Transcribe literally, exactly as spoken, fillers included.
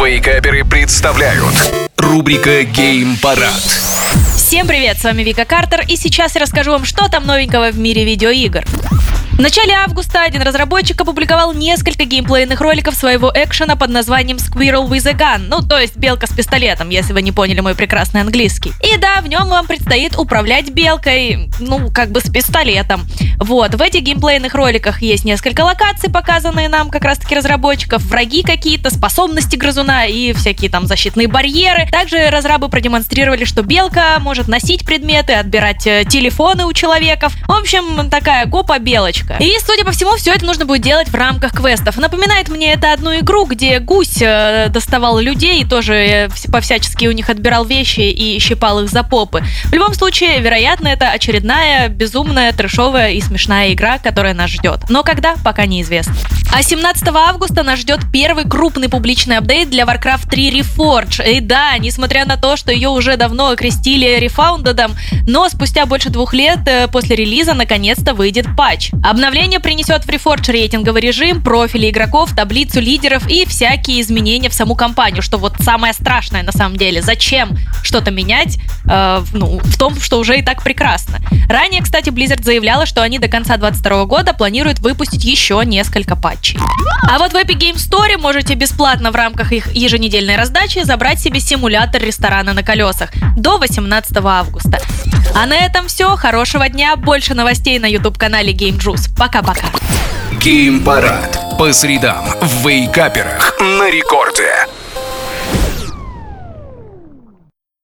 Вейкаперы представляют рубрика «Геймпарад». Всем привет, с вами Вика Картер, и сейчас я расскажу вам, что там новенького в мире видеоигр. В начале августа один разработчик опубликовал несколько геймплейных роликов своего экшена под названием Squirrel with a Gun, ну то есть белка с пистолетом, если вы не поняли мой прекрасный английский. И да, в нем вам предстоит управлять белкой, ну как бы с пистолетом. Вот, в этих геймплейных роликах есть несколько локаций, показанные нам как раз таки разработчиков, враги какие-то, способности грызуна и всякие там защитные барьеры. Также разрабы продемонстрировали, что белка может носить предметы, отбирать телефоны у человеков. В общем, такая копа-белочка. И, судя по всему, все это нужно будет делать в рамках квестов. Напоминает мне это одну игру, где гусь э, доставал людей и тоже э, по-всячески у них отбирал вещи и щипал их за попы. В любом случае, вероятно, это очередная безумная, трэшовая и смешная игра, которая нас ждет. Но когда, пока неизвестно. А семнадцатого августа нас ждет первый крупный публичный апдейт для Warcraft три Reforged. И да, несмотря на то, что ее уже давно окрестили Refounded'ом, но спустя больше двух лет э, после релиза наконец-то выйдет патч. Обновление принесет в Reforged рейтинговый режим, профили игроков, таблицу лидеров и всякие изменения в саму кампанию, что вот самое страшное на самом деле. Зачем что-то менять э, ну, в том, что уже и так прекрасно? Ранее, кстати, Blizzard заявляла, что они до конца двадцать второго года планируют выпустить еще несколько патчей. А вот в Epic Games Store можете бесплатно в рамках их еженедельной раздачи забрать себе симулятор ресторана на колесах до восемнадцатого августа. А на этом все. Хорошего дня. Больше новостей на YouTube-канале Game Juice. Пока-пока. Геймпарад по средам в Вейкаперах на рекорде.